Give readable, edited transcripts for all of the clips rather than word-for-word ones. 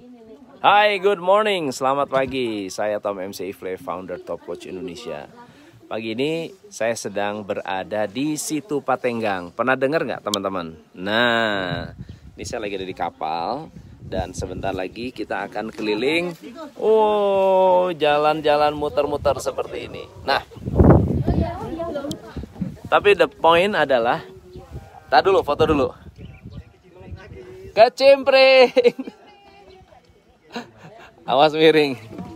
Hai, good morning, selamat pagi. Saya Tom MC Ifle, founder Top Coach Indonesia. Pagi ini saya sedang berada di Situ Patenggang. Pernah dengar nggak teman-teman? Nah, ini saya lagi ada di kapal dan sebentar lagi kita akan keliling. Oh, jalan-jalan muter-muter seperti ini. Nah, tapi the point adalah, tak dulu, foto dulu. Kecimpring. Awas miring.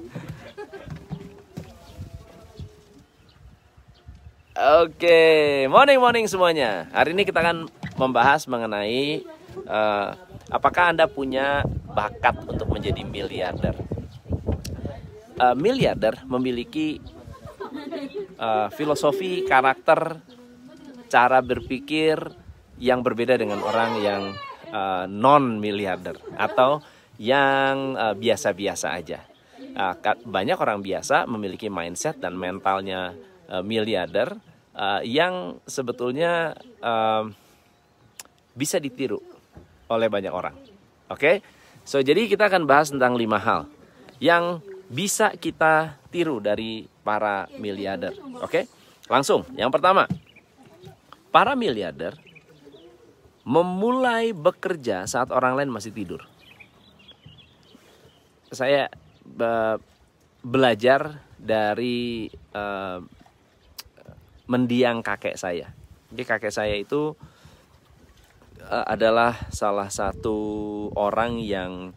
Oke, morning semuanya. Hari ini kita akan membahas mengenai apakah Anda punya bakat untuk menjadi miliarder. Miliarder memiliki filosofi, karakter, cara berpikir yang berbeda dengan orang yang non miliarder atau yang biasa-biasa aja. Banyak orang biasa memiliki mindset dan mentalnya miliarder yang sebetulnya bisa ditiru oleh banyak orang. Oke? So, jadi kita akan bahas tentang 5 hal yang bisa kita tiru dari para miliarder. Oke? Langsung, yang pertama, para miliarder memulai bekerja saat orang lain masih tidur. Saya belajar dari mendiang kakek saya. Jadi kakek saya itu adalah salah satu orang yang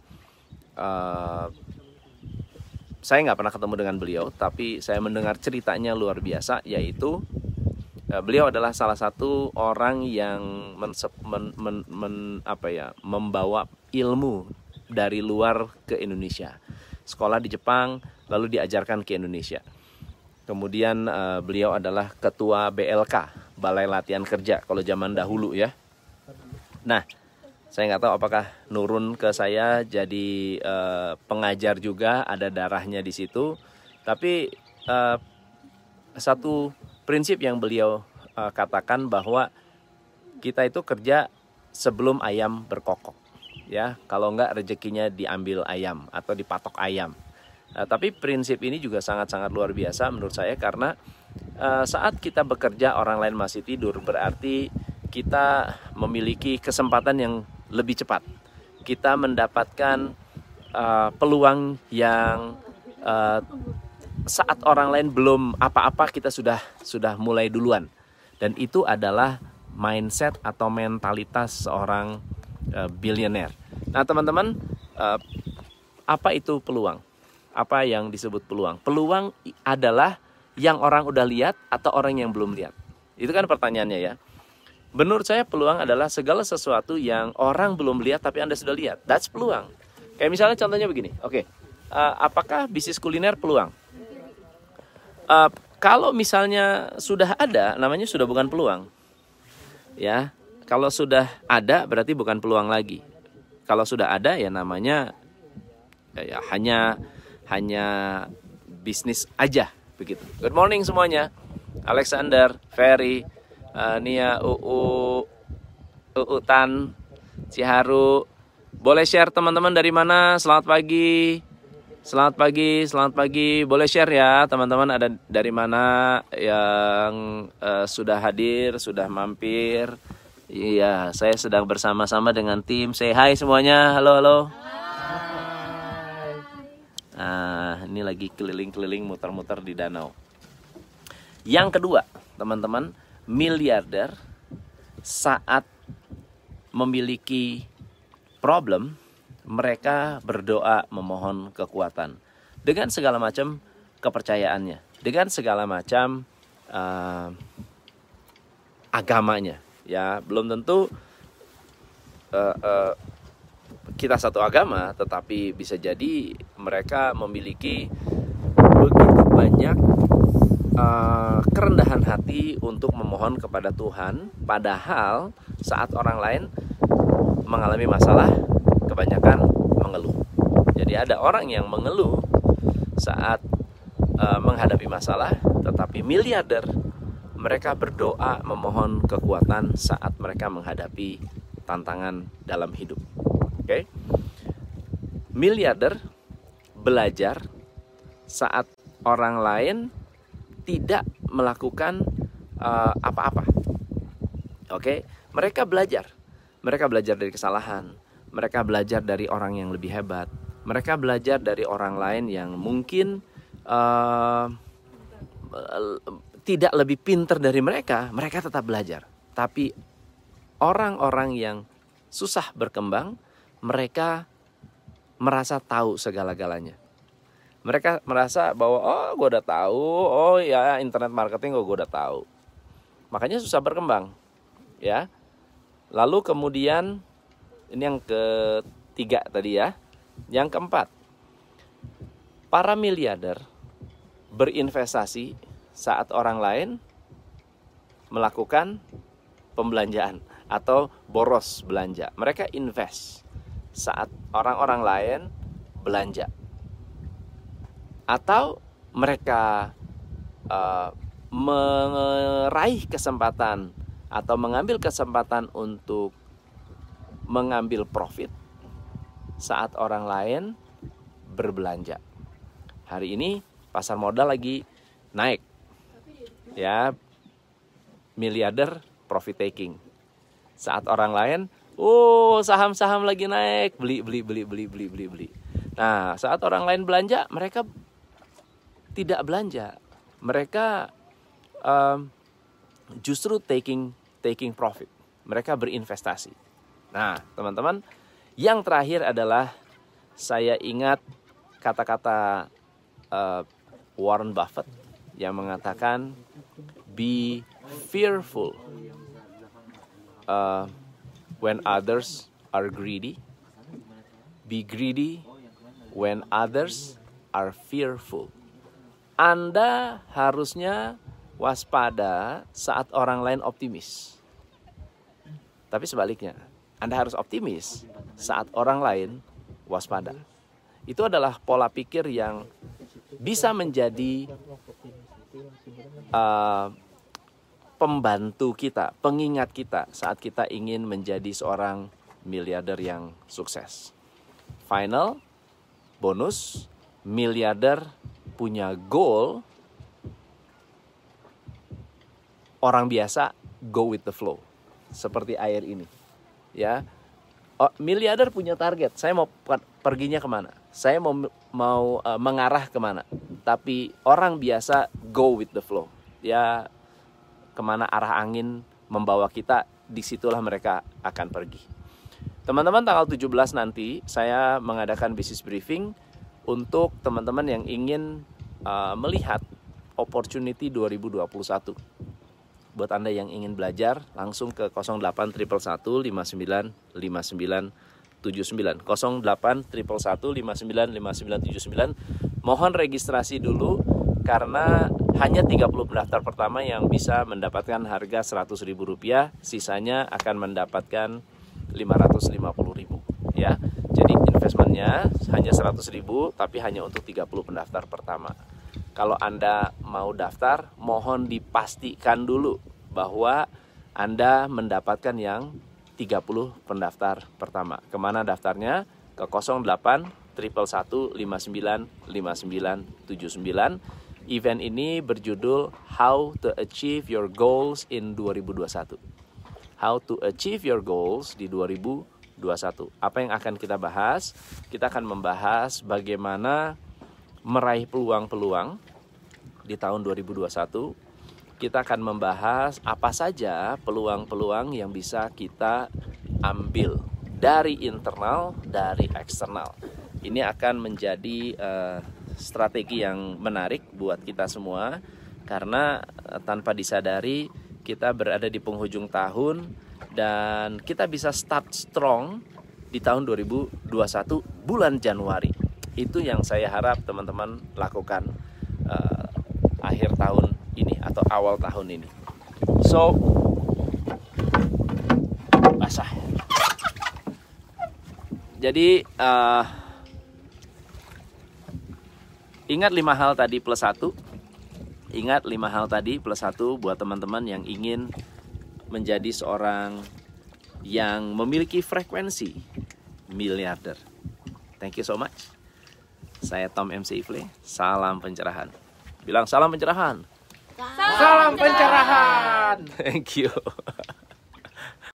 saya nggak pernah ketemu dengan beliau, tapi saya mendengar ceritanya luar biasa, yaitu beliau adalah salah satu orang yang membawa ilmu dari luar ke Indonesia. Sekolah di Jepang, lalu diajarkan ke Indonesia. Kemudian beliau adalah ketua BLK, Balai Latihan Kerja, kalau zaman dahulu ya. Nah, saya nggak tahu apakah nurun ke saya jadi pengajar juga, ada darahnya di situ. Tapi satu prinsip yang beliau katakan bahwa kita itu kerja sebelum ayam berkokok. Ya, kalau nggak rezekinya diambil ayam atau dipatok ayam. Tapi prinsip ini juga sangat-sangat luar biasa menurut saya, karena saat kita bekerja orang lain masih tidur, berarti kita memiliki kesempatan yang lebih cepat. Kita mendapatkan peluang yang saat orang lain belum apa-apa kita sudah mulai duluan. Dan itu adalah mindset atau mentalitas seorang bilioner. Nah teman-teman, apa itu peluang? Apa yang disebut peluang? Peluang adalah yang orang udah lihat atau orang yang belum lihat. Itu kan pertanyaannya ya. Menurut saya peluang adalah segala sesuatu yang orang belum lihat tapi Anda sudah lihat. That's peluang. Kayak misalnya contohnya begini. Oke, apakah bisnis kuliner peluang? Kalau misalnya sudah ada, namanya sudah bukan peluang. Ya, kalau sudah ada berarti bukan peluang lagi. Kalau sudah ada ya namanya ya hanya bisnis aja begitu. Good morning semuanya. Alexander, Ferry, Nia, Tan, Ciharu. Boleh share teman-teman dari mana? Selamat pagi. Selamat pagi. Boleh share ya teman-teman, ada dari mana yang sudah hadir, sudah mampir. Iya, saya sedang bersama-sama dengan tim. Say hi semuanya. Halo. Ini lagi keliling-keliling, muter-muter di danau. Yang kedua, teman-teman, miliarder saat memiliki problem, mereka berdoa memohon kekuatan dengan segala macam kepercayaannya, dengan segala macam agamanya. Ya, belum tentu kita satu agama, tetapi bisa jadi mereka memiliki begitu banyak kerendahan hati untuk memohon kepada Tuhan, padahal saat orang lain mengalami masalah, kebanyakan mengeluh. Jadi ada orang yang mengeluh saat menghadapi masalah, tetapi miliarder mereka berdoa memohon kekuatan saat mereka menghadapi tantangan dalam hidup. Oke? Miliarder belajar saat orang lain tidak melakukan apa-apa. Oke, mereka belajar dari kesalahan, mereka belajar dari orang yang lebih hebat, mereka belajar dari orang lain yang mungkin tidak lebih pintar dari mereka tetap belajar. Tapi orang-orang yang susah berkembang, mereka merasa tahu segala-galanya. Mereka merasa bahwa gue udah tahu, internet marketing gue udah tahu. Makanya susah berkembang, ya. Lalu kemudian ini yang ketiga tadi ya. Yang keempat, para miliarder berinvestasi saat orang lain melakukan pembelanjaan atau boros belanja. Mereka invest saat orang-orang lain belanja. Atau mereka meraih kesempatan atau mengambil kesempatan untuk mengambil profit saat orang lain berbelanja. Hari ini pasar modal lagi naik, ya, miliarder profit taking. Saat orang lain, saham-saham lagi naik, beli. Nah, saat orang lain belanja, mereka tidak belanja. Mereka justru taking profit. Mereka berinvestasi. Nah, teman-teman, yang terakhir adalah saya ingat kata-kata Warren Buffett yang mengatakan, be fearful when others are greedy, be greedy when others are fearful. Anda harusnya waspada saat orang lain optimis. Tapi sebaliknya, Anda harus optimis saat orang lain waspada. Itu adalah pola pikir yang bisa menjadi pembantu kita, pengingat kita saat kita ingin menjadi seorang miliarder yang sukses. Final, bonus, miliarder punya goal, orang biasa go with the flow, seperti air ini, ya. Miliarder punya target, saya mau perginya kemana, saya mau mengarah kemana. Tapi orang biasa go with the flow, ya, kemana arah angin membawa kita, disitulah mereka akan pergi. Teman-teman, tanggal 17 nanti saya mengadakan business briefing untuk teman-teman yang ingin melihat opportunity 2021. Buat Anda yang ingin belajar, langsung ke 0811 59 59 79 0811 59 59 79. Mohon registrasi dulu karena hanya 30 pendaftar pertama yang bisa mendapatkan harga Rp100.000, sisanya akan mendapatkan Rp550.000, ya. Jadi investmentnya hanya Rp100.000, tapi hanya untuk 30 pendaftar pertama. Kalau Anda mau daftar, mohon dipastikan dulu bahwa Anda mendapatkan yang 30 pendaftar pertama. Kemana daftarnya? Ke 08 111 59 59 79. Event ini berjudul How to Achieve Your Goals in 2021. How to Achieve Your Goals di 2021. Apa yang akan kita bahas? Kita akan membahas bagaimana meraih peluang-peluang di tahun 2021. Kita akan membahas apa saja peluang-peluang yang bisa kita ambil dari internal, dari eksternal. Ini akan menjadi strategi yang menarik buat kita semua, karena tanpa disadari kita berada di penghujung tahun dan kita bisa start strong di tahun 2021 bulan Januari. Itu yang saya harap teman-teman lakukan akhir tahun ini atau awal tahun ini. So, basah. Jadi ingat 5 hal tadi plus 1. Ingat 5 hal tadi plus 1 buat teman-teman yang ingin menjadi seorang yang memiliki frekuensi miliarder. Thank you so much. Saya Tom MC Ifle. Salam pencerahan. Bilang salam pencerahan. Salam pencerahan. Thank you.